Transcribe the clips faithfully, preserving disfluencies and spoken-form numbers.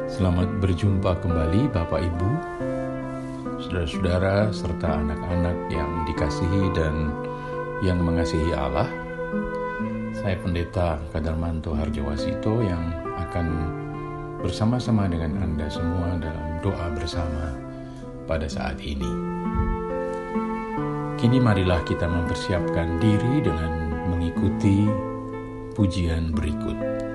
Selamat berjumpa kembali Bapak Ibu, saudara-saudara serta anak-anak yang dikasihi dan yang mengasihi Allah. Saya Pendeta Kadarmanto Harjawasito yang akan bersama-sama dengan Anda semua dalam doa bersama pada saat ini. Kini marilah kita mempersiapkan diri dengan mengikuti pujian berikut.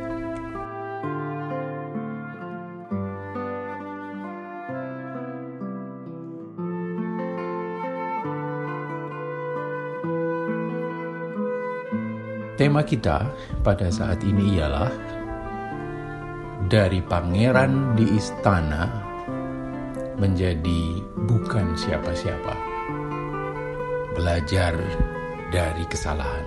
Tema kita pada saat ini ialah dari pangeran di istana menjadi bukan siapa-siapa. Belajar dari kesalahan.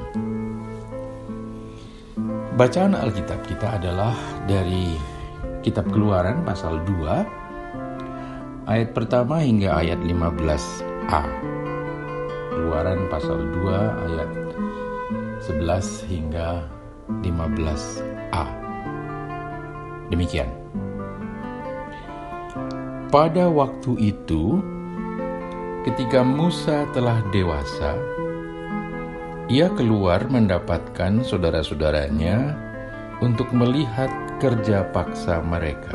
Bacaan Alkitab kita adalah dari Kitab Keluaran pasal dua ayat pertama hingga ayat lima belas a. Keluaran pasal dua ayat sebelas hingga lima belas a. Demikian. Pada waktu itu, ketika Musa telah dewasa, ia keluar mendapatkan saudara-saudaranya untuk melihat kerja paksa mereka.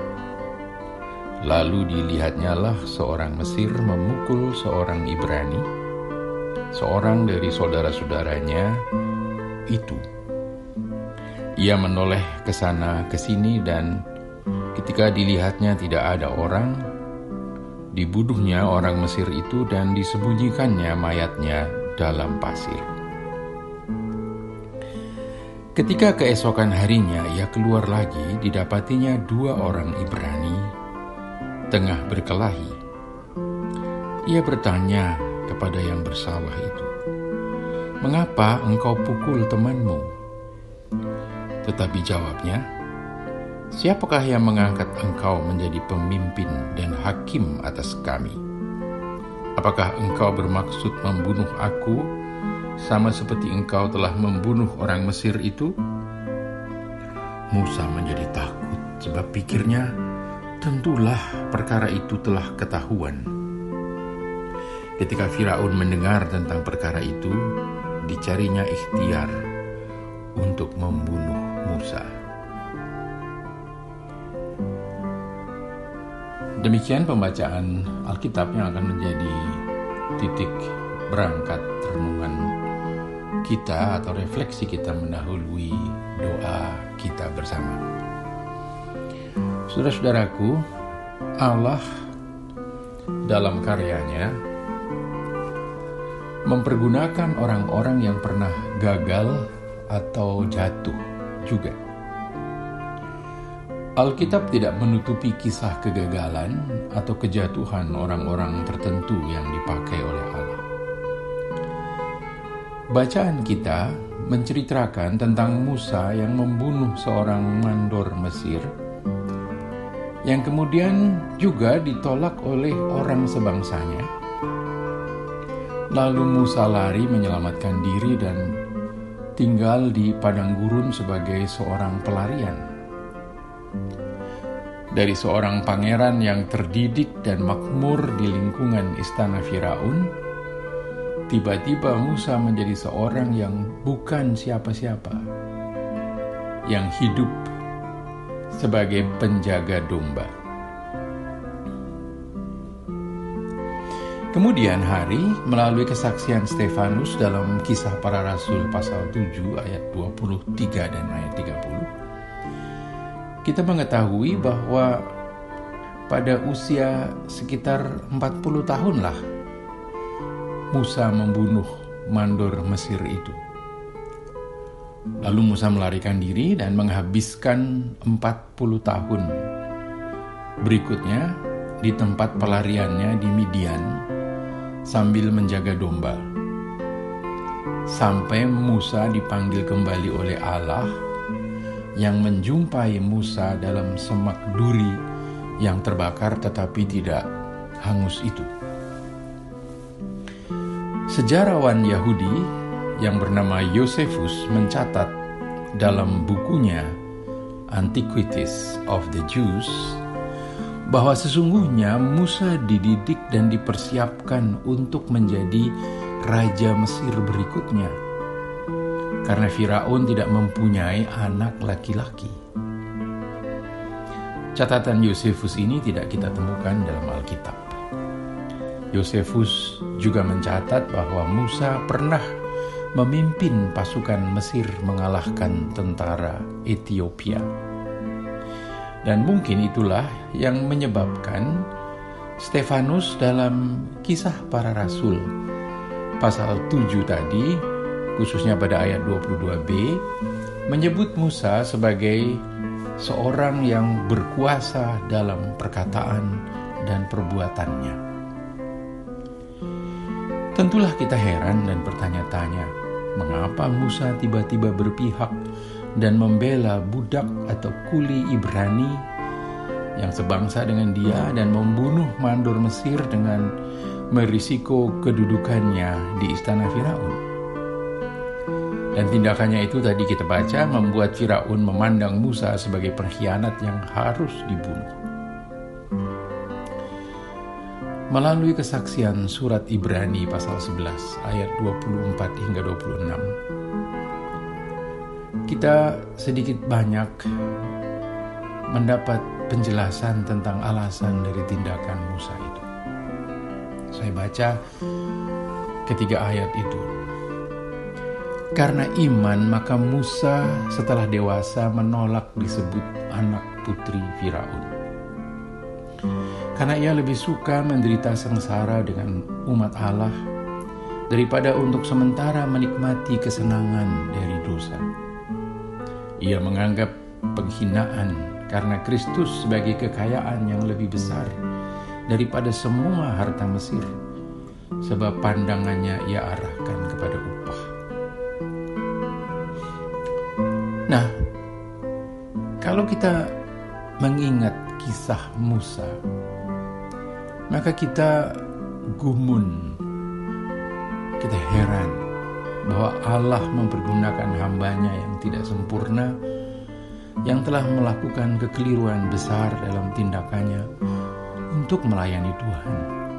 Lalu dilihatnyalah seorang Mesir memukul seorang Ibrani, seorang dari saudara-saudaranya itu. Ia menoleh ke sana ke sini dan ketika dilihatnya tidak ada orang, dibunuhnya orang Mesir itu dan disembunyikannya mayatnya dalam pasir. Ketika keesokan harinya ia keluar lagi, didapatinya dua orang Ibrani tengah berkelahi. Ia bertanya kepada yang bersalah itu, "Mengapa engkau pukul temanmu?" Tetapi jawabnya, "Siapakah yang mengangkat engkau menjadi pemimpin dan hakim atas kami? Apakah engkau bermaksud membunuh aku sama seperti engkau telah membunuh orang Mesir itu?" Musa menjadi takut sebab pikirnya, tentulah perkara itu telah ketahuan. Ketika Firaun mendengar tentang perkara itu, dicarinya ikhtiar untuk membunuh Musa. Demikian pembacaan Alkitab yang akan menjadi titik berangkat renungan kita atau refleksi kita mendahului doa kita bersama. Saudara-saudaraku, Allah dalam karyanya mempergunakan orang-orang yang pernah gagal atau jatuh juga. Alkitab tidak menutupi kisah kegagalan atau kejatuhan orang-orang tertentu yang dipakai oleh Allah. Bacaan kita menceritakan tentang Musa yang membunuh seorang mandor Mesir, yang kemudian juga ditolak oleh orang sebangsanya. Lalu Musa lari menyelamatkan diri dan tinggal di padang gurun sebagai seorang pelarian. Dari seorang pangeran yang terdidik dan makmur di lingkungan istana Firaun, tiba-tiba Musa menjadi seorang yang bukan siapa-siapa, yang hidup sebagai penjaga domba. Kemudian hari, melalui kesaksian Stefanus dalam Kisah Para Rasul pasal tujuh ayat dua puluh tiga dan ayat tiga puluh, kita mengetahui bahwa pada usia sekitar empat puluh tahun lah Musa membunuh mandor Mesir itu. Lalu Musa melarikan diri dan menghabiskan empat puluh tahun berikutnya di tempat pelariannya di Midian sambil menjaga domba. Sampai Musa dipanggil kembali oleh Allah yang menjumpai Musa dalam semak duri yang terbakar tetapi tidak hangus itu. Sejarawan Yahudi yang bernama Yosefus mencatat dalam bukunya Antiquities of the Jews bahwa sesungguhnya Musa dididik dan dipersiapkan untuk menjadi raja Mesir berikutnya karena Firaun tidak mempunyai anak laki-laki. Catatan Yosefus ini tidak kita temukan dalam Alkitab. Yosefus juga mencatat bahwa Musa pernah memimpin pasukan Mesir mengalahkan tentara Ethiopia. Dan mungkin itulah yang menyebabkan Stefanus dalam Kisah Para Rasul pasal tujuh tadi, khususnya pada ayat dua puluh dua b, menyebut Musa sebagai seorang yang berkuasa dalam perkataan dan perbuatannya. Tentulah kita heran dan bertanya-tanya, mengapa Musa tiba-tiba berpihak dan membela budak atau kuli Ibrani yang sebangsa dengan dia dan membunuh mandor Mesir dengan merisiko kedudukannya di istana Firaun. Dan tindakannya itu tadi kita baca membuat Firaun memandang Musa sebagai pengkhianat yang harus dibunuh. Melalui kesaksian surat Ibrani pasal sebelas ayat dua puluh empat hingga dua puluh enam, kita sedikit banyak mendapat penjelasan tentang alasan dari tindakan Musa itu. Saya baca ketiga ayat itu. Karena iman maka Musa setelah dewasa menolak disebut anak putri Firaun. Karena ia lebih suka menderita sengsara dengan umat Allah daripada untuk sementara menikmati kesenangan dari dosa. Ia menganggap penghinaan karena Kristus sebagai kekayaan yang lebih besar daripada semua harta Mesir, sebab pandangannya ia arahkan kepada upah. Nah, kalau kita mengingat kisah Musa, maka kita gumun, kita heran bahwa Allah mempergunakan hambanya yang tidak sempurna, yang telah melakukan kekeliruan besar dalam tindakannya untuk melayani Tuhan.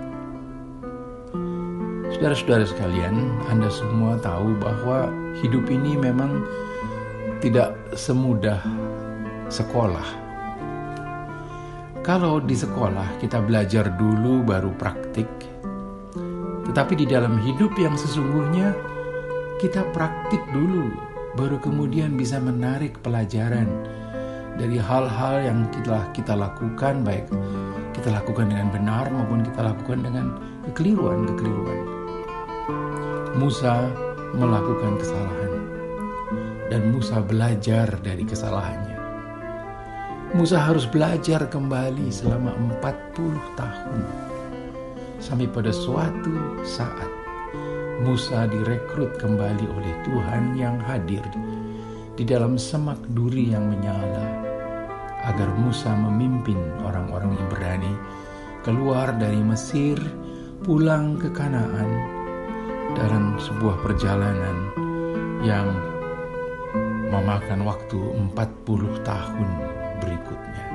Saudara-saudara sekalian, Anda semua tahu bahwa hidup ini memang tidak semudah sekolah. Kalau di sekolah kita belajar dulu baru praktik, tetapi di dalam hidup yang sesungguhnya kita praktik dulu, baru kemudian bisa menarik pelajaran dari hal-hal yang telah kita lakukan, baik kita lakukan dengan benar maupun kita lakukan dengan kekeliruan-kekeliruan. Musa melakukan kesalahan, dan Musa belajar dari kesalahannya. Musa harus belajar kembali selama empat puluh tahun. Sampai pada suatu saat Musa direkrut kembali oleh Tuhan yang hadir di dalam semak duri yang menyala, agar Musa memimpin orang-orang Ibrani keluar dari Mesir, pulang ke Kanaan dalam sebuah perjalanan yang memakan waktu empat puluh tahun berikutnya.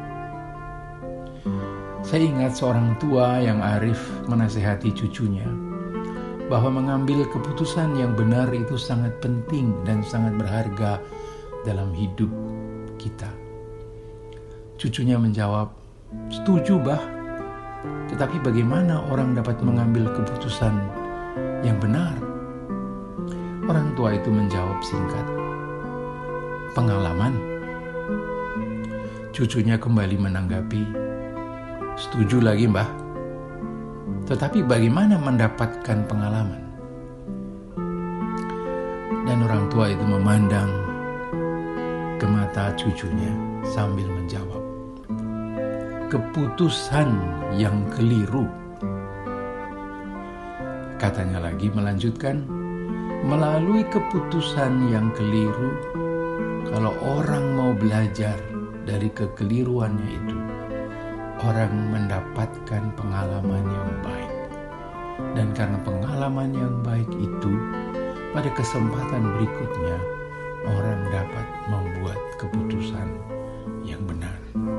Saya ingat seorang tua yang arif menasihati cucunya bahwa mengambil keputusan yang benar itu sangat penting dan sangat berharga dalam hidup kita. Cucunya menjawab, "Setuju, Bah. Tetapi bagaimana orang dapat mengambil keputusan yang benar?" Orang tua itu menjawab singkat, "Pengalaman." Cucunya kembali menanggapi, "Setuju lagi, Mbah. Tetapi bagaimana mendapatkan pengalaman?" Dan orang tua itu memandang ke mata cucunya sambil menjawab, "Keputusan yang keliru." Katanya lagi melanjutkan, "Melalui keputusan yang keliru, kalau orang mau belajar dari kekeliruannya itu, orang mendapatkan pengalaman yang baik. Dan karena pengalaman yang baik itu, pada kesempatan berikutnya, orang dapat membuat keputusan yang benar.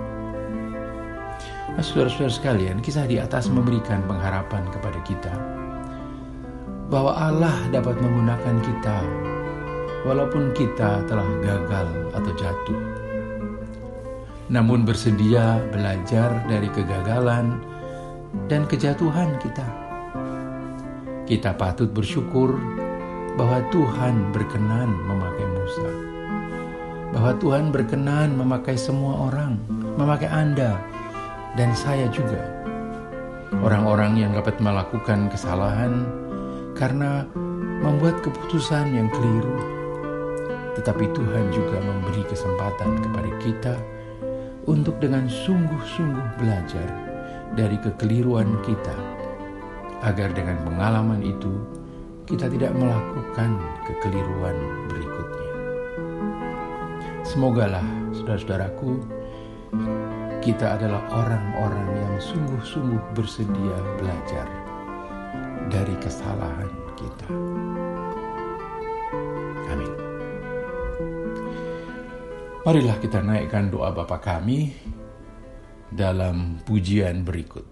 Nah, saudara-saudara sekalian, kisah di atas memberikan pengharapan kepada kita bahwa Allah dapat menggunakan kita walaupun kita telah gagal atau jatuh. Namun bersedia belajar dari kegagalan dan kejatuhan kita. Kita patut bersyukur bahwa Tuhan berkenan memakai Musa, bahwa Tuhan berkenan memakai semua orang, memakai Anda dan saya juga. Orang-orang yang dapat melakukan kesalahan karena membuat keputusan yang keliru. Tetapi Tuhan juga memberi kesempatan kepada kita untuk dengan sungguh-sungguh belajar dari kekeliruan kita, agar dengan pengalaman itu kita tidak melakukan kekeliruan berikutnya. Semogalah, saudara-saudaraku, kita adalah orang-orang yang sungguh-sungguh bersedia belajar dari kesalahan kita. Amin. Marilah kita naikkan doa Bapa kami dalam pujian berikut.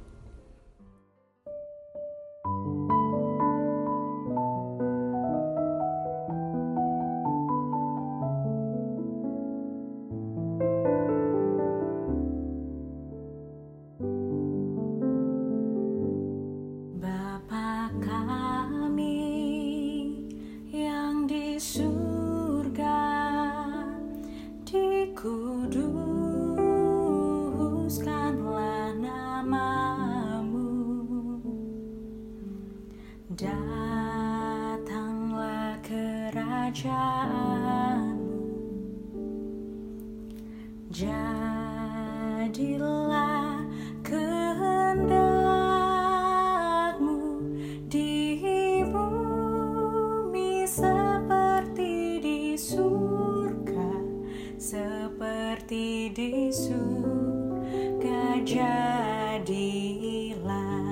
Datanglah kerajaanmu, jadilah kehendakmu di bumi seperti di surga, seperti di surga jadilah.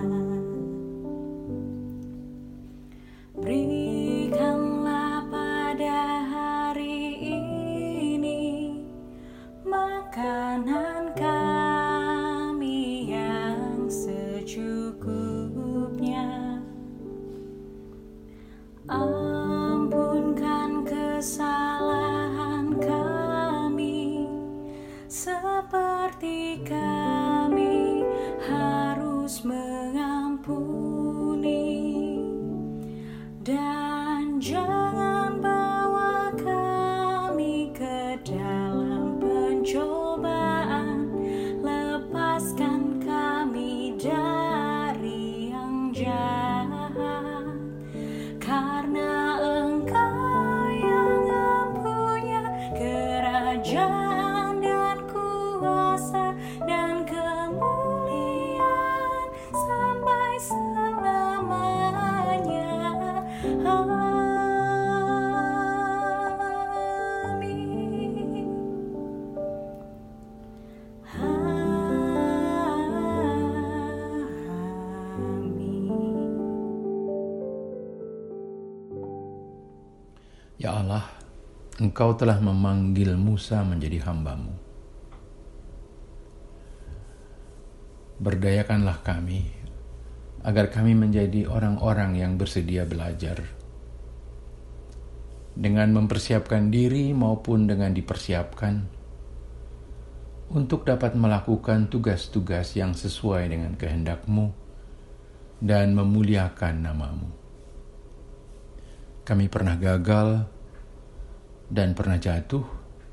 Berikanlah pada hari ini makanan kami yang secukupnya. Ampunkan kesalahan kami seperti kami harus mengampuni. Dan jangan bawa kami ke dalam pencobaan, lepaskan kami dari yang jahat, karena Engkau yang mempunyai kerajaan dan kuasa dan kemuliaan sampai selamanya. Amin. Amin. Ya Allah, Engkau telah memanggil Musa menjadi hamba-Mu. Berdayakanlah kami, agar kami menjadi orang-orang yang bersedia belajar, dengan mempersiapkan diri maupun dengan dipersiapkan, untuk dapat melakukan tugas-tugas yang sesuai dengan kehendak-Mu dan memuliakan nama-Mu. Kami pernah gagal dan pernah jatuh,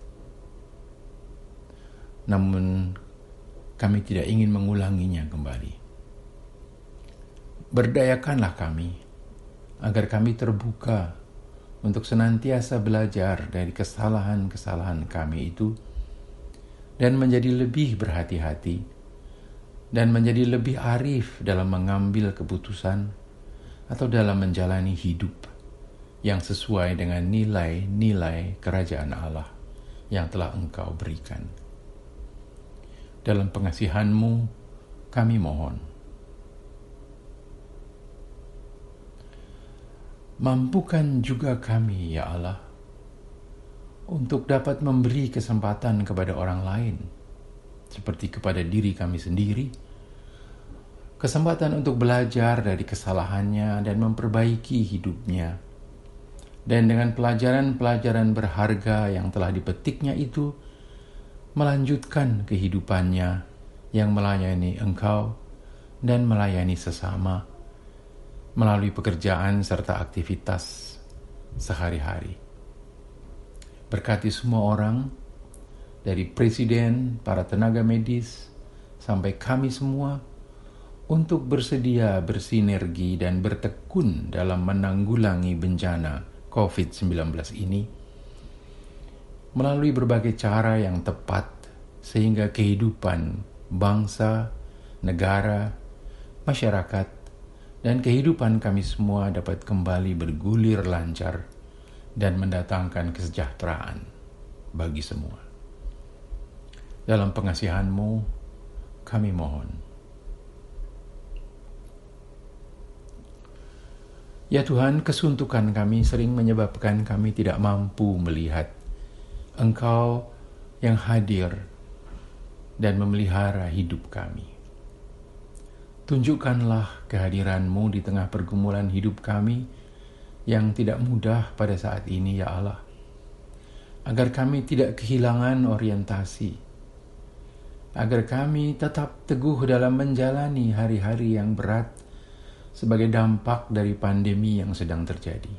namun kami tidak ingin mengulanginya kembali. Berdayakanlah kami, agar kami terbuka untuk senantiasa belajar dari kesalahan-kesalahan kami itu, dan menjadi lebih berhati-hati, dan menjadi lebih arif dalam mengambil keputusan atau dalam menjalani hidup yang sesuai dengan nilai-nilai kerajaan Allah yang telah Engkau berikan. Dalam pengasihan-Mu, kami mohon, mampukan juga kami, ya Allah, untuk dapat memberi kesempatan kepada orang lain, seperti kepada diri kami sendiri, kesempatan untuk belajar dari kesalahannya dan memperbaiki hidupnya. Dan dengan pelajaran-pelajaran berharga yang telah dipetiknya itu, melanjutkan kehidupannya yang melayani Engkau dan melayani sesama melalui pekerjaan serta aktivitas sehari-hari. Berkati semua orang, dari presiden, para tenaga medis, sampai kami semua, untuk bersedia bersinergi dan bertekun dalam menanggulangi bencana covid sembilan belas ini, melalui berbagai cara yang tepat, sehingga kehidupan bangsa, negara, masyarakat, dan kehidupan kami semua dapat kembali bergulir lancar dan mendatangkan kesejahteraan bagi semua. Dalam pengasihan-Mu, kami mohon. Ya Tuhan, kesuntukan kami sering menyebabkan kami tidak mampu melihat Engkau yang hadir dan memelihara hidup kami. Tunjukkanlah kehadiran-Mu di tengah pergumulan hidup kami yang tidak mudah pada saat ini, ya Allah, agar kami tidak kehilangan orientasi, agar kami tetap teguh dalam menjalani hari-hari yang berat sebagai dampak dari pandemi yang sedang terjadi.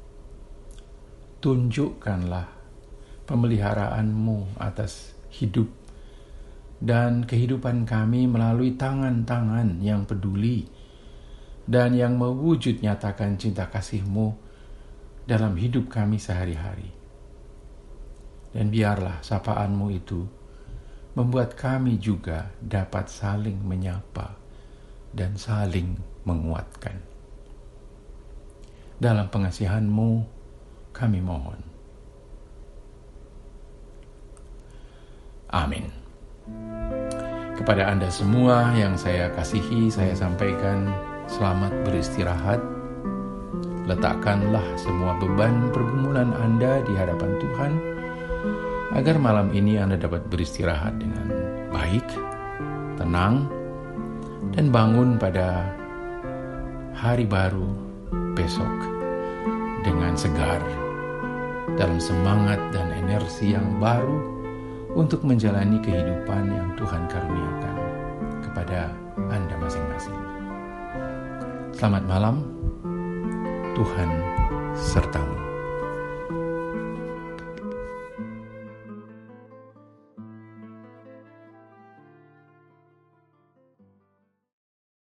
Tunjukkanlah pemeliharaan-Mu atas hidup dan kehidupan kami melalui tangan-tangan yang peduli dan yang mewujud nyatakan cinta kasih-Mu dalam hidup kami sehari-hari. Dan biarlah sapaan-Mu itu membuat kami juga dapat saling menyapa dan saling menguatkan. Dalam pengasihan-Mu kami mohon. Amin. Kepada Anda semua yang saya kasihi, saya sampaikan selamat beristirahat. Letakkanlah semua beban pergumulan Anda di hadapan Tuhan, agar malam ini Anda dapat beristirahat dengan baik, tenang, dan bangun pada hari baru besok dengan segar, dalam semangat dan energi yang baru untuk menjalani kehidupan yang Tuhan karuniakan kepada Anda masing-masing. Selamat malam, Tuhan sertamu.